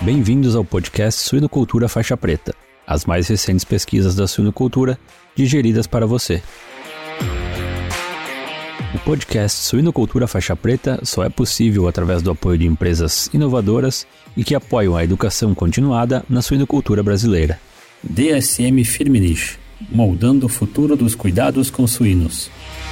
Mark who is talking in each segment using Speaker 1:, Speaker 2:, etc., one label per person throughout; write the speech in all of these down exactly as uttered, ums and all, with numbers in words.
Speaker 1: Bem-vindos ao podcast Suinocultura Faixa Preta, as mais recentes pesquisas da suinocultura digeridas para você. O podcast Suinocultura Faixa Preta só é possível através do apoio de empresas inovadoras e que apoiam a educação continuada na suinocultura brasileira.
Speaker 2: D S M Firmenich, moldando o futuro dos cuidados com suínos.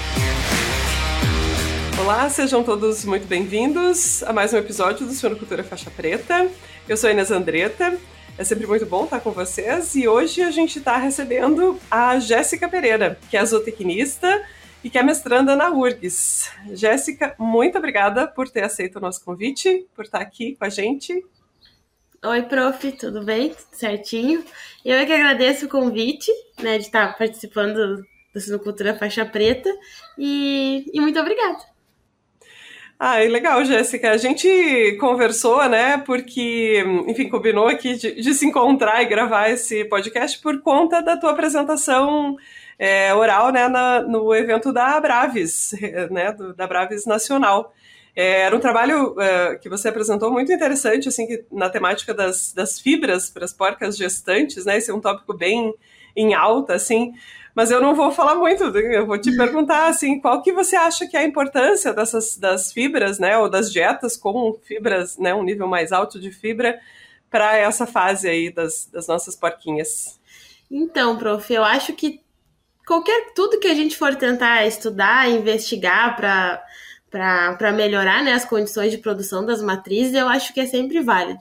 Speaker 3: Olá, sejam todos muito bem-vindos a mais um episódio do Suinocultura Faixa Preta. Eu sou a Inês Andretta, é sempre muito bom estar com vocês e hoje a gente está recebendo a Jéssica Pereira, que é zootecnista e que é mestranda na U R G S. Jéssica, muito obrigada por ter aceito o nosso convite, por estar aqui com a gente.
Speaker 4: Oi, prof, tudo bem? Tudo certinho? Eu é que agradeço o convite, né, de estar participando do Suinocultura Faixa Preta e, e muito obrigada.
Speaker 3: Ah, legal, Jéssica. A gente conversou, né, porque, enfim, combinou aqui de, de se encontrar e gravar esse podcast por conta da tua apresentação é, oral, né, na, no evento da Abraves, né, do, da Abraves Nacional. É, era um trabalho é, que você apresentou muito interessante, assim, que, na temática das, das fibras para as porcas gestantes, né, esse é um tópico bem em alta, assim. Mas eu não vou falar muito, eu vou te perguntar, assim, qual que você acha que é a importância dessas das fibras, né, ou das dietas com fibras, né, um nível mais alto de fibra para essa fase aí das, das nossas porquinhas?
Speaker 4: Então, prof, eu acho que qualquer, tudo que a gente for tentar estudar, investigar para para melhorar, né, as condições de produção das matrizes, eu acho que é sempre válido.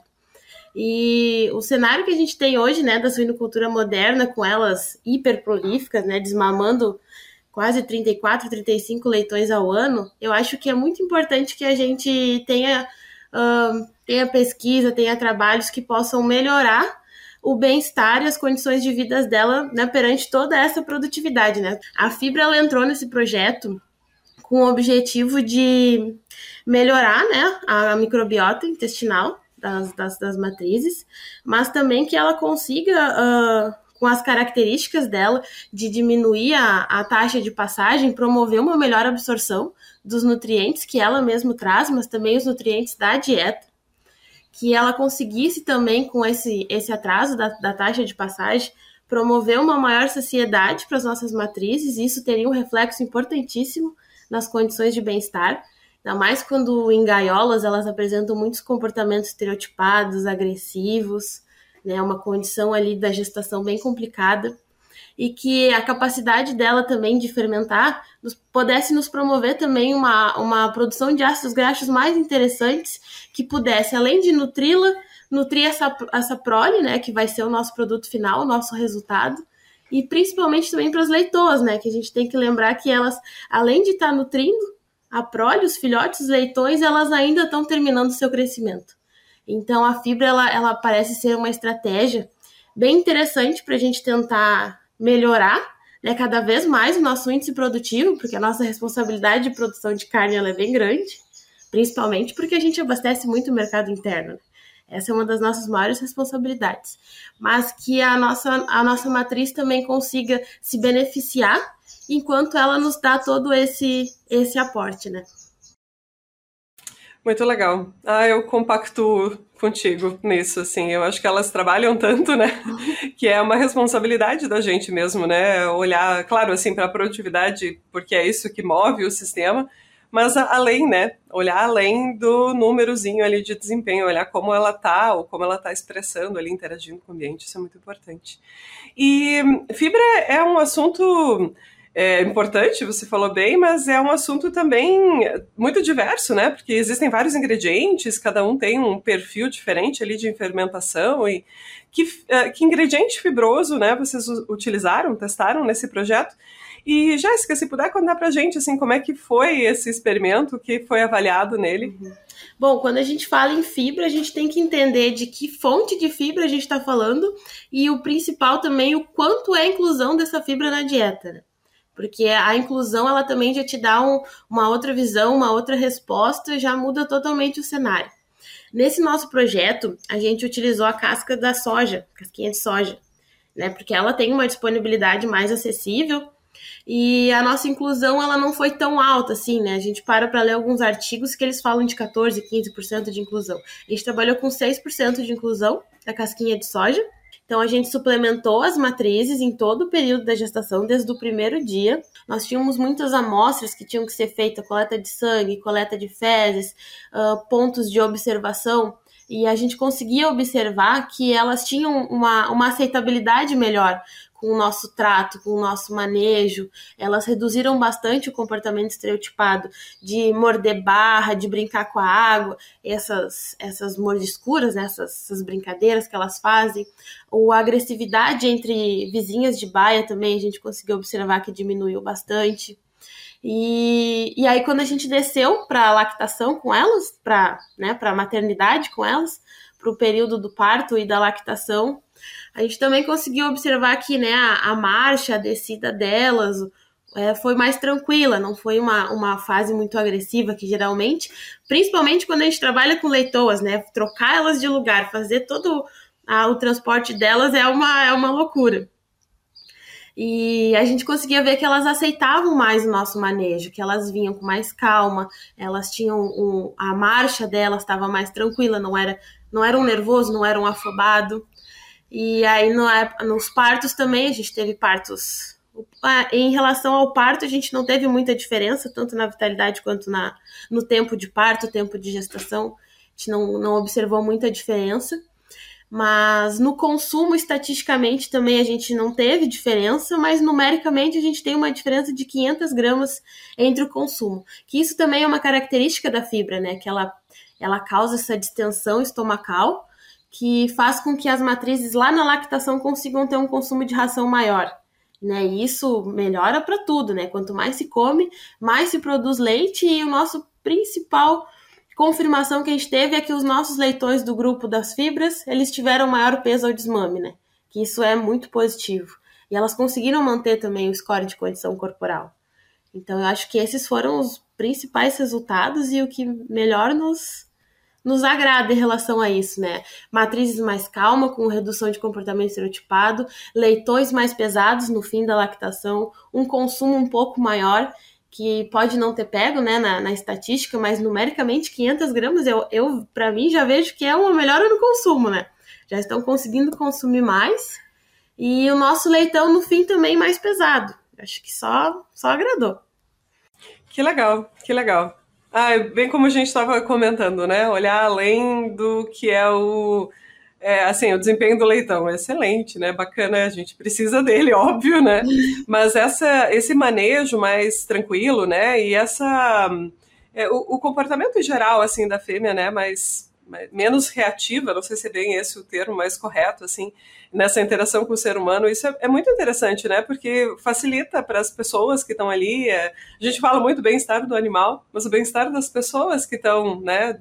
Speaker 4: E o cenário que a gente tem hoje, né, da suinocultura moderna, com elas hiperprolíficas, né, desmamando quase trinta e quatro, trinta e cinco leitões ao ano, eu acho que é muito importante que a gente tenha, uh, tenha pesquisa, tenha trabalhos que possam melhorar o bem-estar e as condições de vida dela, né, perante toda essa produtividade, né. A Fibra, ela entrou nesse projeto com o objetivo de melhorar, né, a microbiota intestinal Das, das, das matrizes, mas também que ela consiga, uh, com as características dela, de diminuir a, a taxa de passagem, promover uma melhor absorção dos nutrientes que ela mesma traz, mas também os nutrientes da dieta, que ela conseguisse também, com esse, esse atraso da, da taxa de passagem, promover uma maior saciedade para as nossas matrizes, e isso teria um reflexo importantíssimo nas condições de bem-estar. Ainda mais quando em gaiolas elas apresentam muitos comportamentos estereotipados, agressivos, né, uma condição ali da gestação bem complicada, e que a capacidade dela também de fermentar nos, pudesse nos promover também uma, uma produção de ácidos graxos mais interessantes, que pudesse, além de nutri-la, nutrir essa, essa prole, né, que vai ser o nosso produto final, o nosso resultado, e principalmente também para as leitoas, né, que a gente tem que lembrar que elas, além de estar nutrindo a prole, os filhotes, os leitões, elas ainda estão terminando o seu crescimento. Então, a fibra, ela, ela parece ser uma estratégia bem interessante para a gente tentar melhorar, né, cada vez mais o nosso índice produtivo, porque a nossa responsabilidade de produção de carne ela é bem grande, principalmente porque a gente abastece muito o mercado interno, né? Essa é uma das nossas maiores responsabilidades. Mas que a nossa, a nossa matriz também consiga se beneficiar enquanto ela nos dá todo esse, esse aporte, né?
Speaker 3: Muito legal. Ah, eu compactuo contigo nisso, assim. Eu acho que elas trabalham tanto, né? Que é uma responsabilidade da gente mesmo, né? Olhar, claro, assim, para a produtividade, porque é isso que move o sistema, mas além, né? Olhar além do númerozinho ali de desempenho, olhar como ela tá, ou como ela tá expressando ali, interagindo com o ambiente, isso é muito importante. E fibra é um assunto é importante, você falou bem, mas é um assunto também muito diverso, né? Porque existem vários ingredientes, cada um tem um perfil diferente ali de fermentação. E que, que ingrediente fibroso, né, vocês utilizaram, testaram nesse projeto? E, Jéssica, se puder contar pra gente, assim, como é que foi esse experimento, que foi avaliado nele?
Speaker 4: Uhum. Bom, quando a gente fala em fibra, a gente tem que entender de que fonte de fibra a gente está falando e o principal também, o quanto é a inclusão dessa fibra na dieta, né? Porque a inclusão, ela também já te dá um, uma outra visão, uma outra resposta, já muda totalmente o cenário. Nesse nosso projeto, a gente utilizou a casca da soja, casquinha de soja, né? Porque ela tem uma disponibilidade mais acessível E a nossa inclusão, ela não foi tão alta assim, né? A gente para para ler alguns artigos que eles falam de quatorze, quinze por cento de inclusão. A gente trabalhou com seis por cento de inclusão da casquinha de soja. Então, a gente suplementou as matrizes em todo o período da gestação, desde o primeiro dia. Nós tínhamos muitas amostras que tinham que ser feitas, coleta de sangue, coleta de fezes, uh, pontos de observação, e a gente conseguia observar que elas tinham uma, uma aceitabilidade melhor com o nosso trato, com o nosso manejo. Elas reduziram bastante o comportamento estereotipado de morder barra, de brincar com a água, essas, essas mordiscuras, né, essas, essas brincadeiras que elas fazem. Ou a agressividade entre vizinhas de baia também, a gente conseguiu observar que diminuiu bastante. E, e aí, quando a gente desceu para a lactação com elas, para, né, para a maternidade com elas, para o período do parto e da lactação, a gente também conseguiu observar que, né, a, a marcha, a descida delas é, foi mais tranquila, não foi uma, uma fase muito agressiva, que geralmente, principalmente quando a gente trabalha com leitoas, né, trocar elas de lugar, fazer todo a, o transporte delas é uma, é uma loucura. E a gente conseguia ver que elas aceitavam mais o nosso manejo, que elas vinham com mais calma, elas tinham um, a marcha delas estava mais tranquila, não era, não era um nervoso, não era um afobado. E aí no, nos partos também, a gente teve partos, em relação ao parto a gente não teve muita diferença, tanto na vitalidade quanto na, no tempo de parto, tempo de gestação, a gente não, não observou muita diferença. Mas no consumo, estatisticamente, também a gente não teve diferença, mas numericamente a gente tem uma diferença de quinhentas gramas entre o consumo. Que isso também é uma característica da fibra, né? Que ela, ela causa essa distensão estomacal, que faz com que as matrizes lá na lactação consigam ter um consumo de ração maior. Né? E isso melhora para tudo, né? Quanto mais se come, mais se produz leite, e o nosso principal confirmação que a gente teve é que os nossos leitões do grupo das fibras, eles tiveram maior peso ao desmame, né? Que isso é muito positivo. E elas conseguiram manter também o score de condição corporal. Então, eu acho que esses foram os principais resultados e o que melhor nos, nos agrada em relação a isso, né? Matrizes mais calma, com redução de comportamento estereotipado, leitões mais pesados no fim da lactação, um consumo um pouco maior, que pode não ter pego, né, na, na estatística, mas numericamente quinhentas gramas, eu, eu para mim já vejo que é uma melhora no consumo, né? Já estão conseguindo consumir mais, e o nosso leitão no fim também mais pesado. Acho que só, só agradou.
Speaker 3: Que legal, que legal. Ah, bem como a gente estava comentando, né? Olhar além do que é o... É, assim, o desempenho do leitão é excelente, né? Bacana, a gente precisa dele, óbvio, né? Mas essa, esse manejo mais tranquilo, né? E essa... É, o, o comportamento em geral, assim, da fêmea, né? Mais, mais, menos reativa, não sei se é bem esse o termo mais correto, assim, nessa interação com o ser humano, isso é, é muito interessante, né? Porque facilita para as pessoas que estão ali. É, a gente fala muito bem-estar do animal, mas o bem-estar das pessoas que estão, né?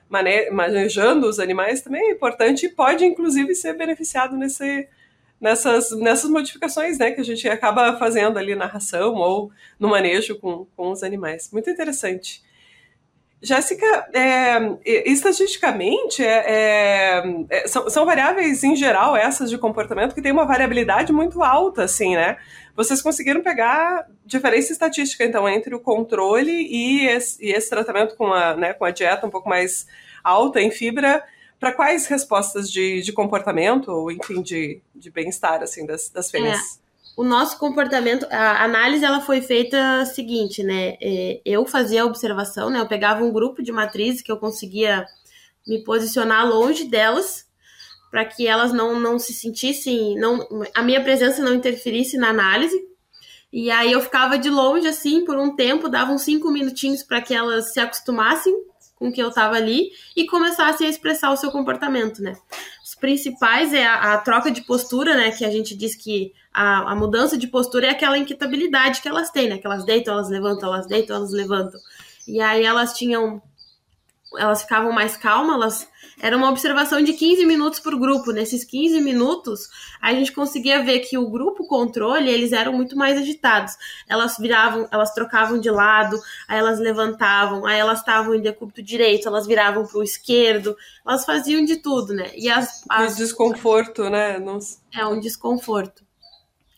Speaker 3: manejando os animais também é importante e pode, inclusive, ser beneficiado nesse, nessas, nessas modificações, né, que a gente acaba fazendo ali na ração ou no manejo com, com os animais. Muito interessante. Jéssica, é, estatisticamente, é, é, são, são variáveis, em geral, essas de comportamento, que tem uma variabilidade muito alta, assim, né? Vocês conseguiram pegar diferença estatística, então, entre o controle e esse, e esse tratamento com a, né, com a dieta um pouco mais alta em fibra, para quais respostas de, de comportamento, ou, enfim, de, de bem-estar, assim, das, das fêmeas?
Speaker 4: É. O nosso comportamento, a análise ela foi feita seguinte, né? Eu fazia a observação, né? Eu pegava um grupo de matrizes que eu conseguia me posicionar longe delas, para que elas não, não se sentissem, não, a minha presença não interferisse na análise. E aí eu ficava de longe, assim, por um tempo, dava uns cinco minutinhos para que elas se acostumassem com que eu estava ali e começassem a expressar o seu comportamento, né? Os principais é a, a troca de postura, né? Que a gente diz que a, a mudança de postura é aquela inquietabilidade que elas têm, né? Que elas deitam, elas levantam, elas deitam, elas levantam. E aí elas tinham... Elas ficavam mais calmas, elas... Era uma observação de quinze minutos por grupo. Nesses quinze minutos, a gente conseguia ver que o grupo controle, eles eram muito mais agitados. Elas viravam, elas trocavam de lado, aí elas levantavam, aí elas estavam em decúbito direito, elas viravam para o esquerdo, elas faziam de tudo, né? E as, as...
Speaker 3: desconforto, né? Não...
Speaker 4: É um desconforto.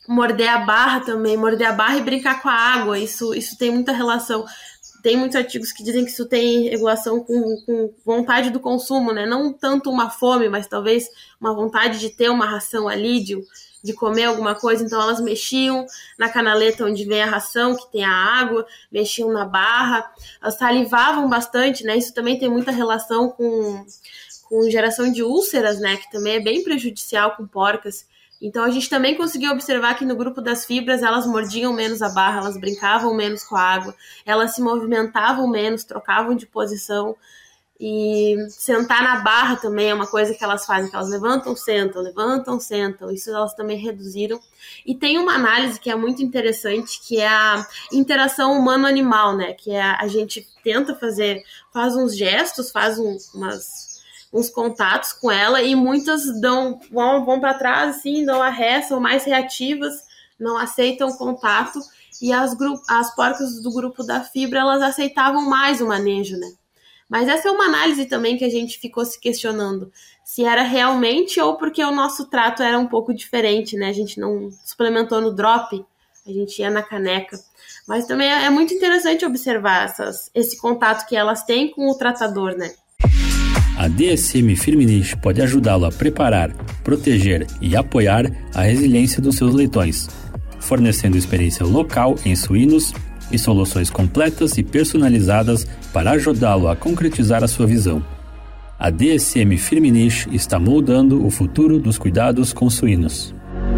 Speaker 4: morder a barra também, morder a barra e brincar com a água, isso, isso tem muita relação. Tem muitos artigos que dizem que isso tem regulação com, com vontade do consumo, né? Não tanto uma fome, mas talvez uma vontade de ter uma ração ali, de, de comer alguma coisa. Então elas mexiam na canaleta onde vem a ração, que tem a água, mexiam na barra, elas salivavam bastante, né? Isso também tem muita relação com, com geração de úlceras, né? Que também é bem prejudicial com porcas. Então a gente também conseguiu observar que no grupo das fibras elas mordiam menos a barra, elas brincavam menos com a água, elas se movimentavam menos, trocavam de posição, e sentar na barra também é uma coisa que elas fazem, que elas levantam, sentam, levantam, sentam, isso elas também reduziram. E tem uma análise que é muito interessante, que é a interação humano-animal, né, que é a, a gente tenta fazer, faz uns gestos, faz um, umas... uns contatos com ela, e muitas dão, vão, vão para trás, assim, dão a ré, são mais reativas, não aceitam contato, e as, gru- as porcas do grupo da fibra, elas aceitavam mais o manejo, né? Mas essa é uma análise também que a gente ficou se questionando, se era realmente ou porque o nosso trato era um pouco diferente, né? A gente não suplementou no drop, a gente ia na caneca. Mas também é muito interessante observar essas, esse contato que elas têm com o tratador, né?
Speaker 2: A D S M Firmenich pode ajudá-lo a preparar, proteger e apoiar a resiliência dos seus leitões, fornecendo experiência local em suínos e soluções completas e personalizadas para ajudá-lo a concretizar a sua visão. A D S M Firmenich está moldando o futuro dos cuidados com suínos.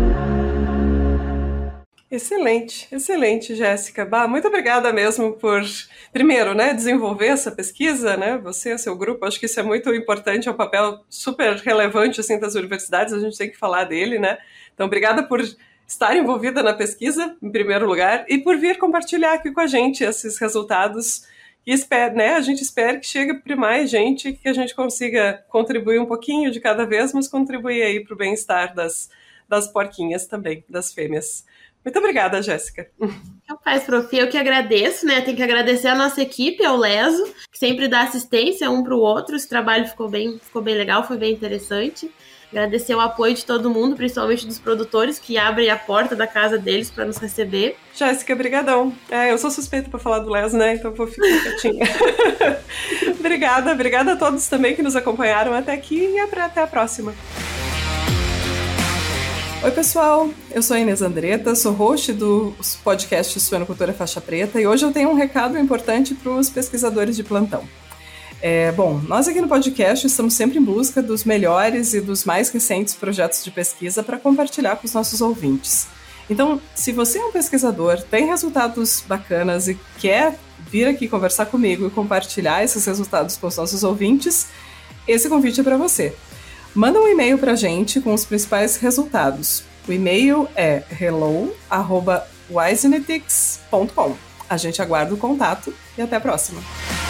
Speaker 3: Excelente, excelente, Jéssica. Bah, muito obrigada mesmo por, primeiro, né, desenvolver essa pesquisa, né, você, seu grupo, acho que isso é muito importante, é um papel super relevante, assim, das universidades, a gente tem que falar dele, né, então obrigada por estar envolvida na pesquisa, em primeiro lugar, e por vir compartilhar aqui com a gente esses resultados, e espero, né, a gente espera que chegue para mais gente, que a gente consiga contribuir um pouquinho de cada vez, mas contribuir aí para o bem-estar das, das porquinhas também, das fêmeas. Muito obrigada, Jéssica.
Speaker 4: Rapaz, prof, eu que agradeço, né? Tem que agradecer a nossa equipe, ao Leso, que sempre dá assistência um para o outro. Esse trabalho ficou bem, ficou bem legal, foi bem interessante. Agradecer o apoio de todo mundo, principalmente dos produtores, que abrem a porta da casa deles para nos receber.
Speaker 3: Jéssica, brigadão. É, eu sou suspeita para falar do Leso, né? Então vou ficar quietinha. Obrigada, obrigada a todos também que nos acompanharam até aqui e até a próxima. Oi, pessoal, eu sou a Inês Andretta, sou host do podcast Suinocultura Faixa Preta, e hoje eu tenho um recado importante para os pesquisadores de plantão. É, bom, nós aqui no podcast estamos sempre em busca dos melhores e dos mais recentes projetos de pesquisa para compartilhar com os nossos ouvintes. Então, se você é um pesquisador, tem resultados bacanas e quer vir aqui conversar comigo e compartilhar esses resultados com os nossos ouvintes, esse convite é para você. Manda um e-mail para a gente com os principais resultados. O e-mail é hello arroba wisenetics ponto com. A gente aguarda o contato e até a próxima.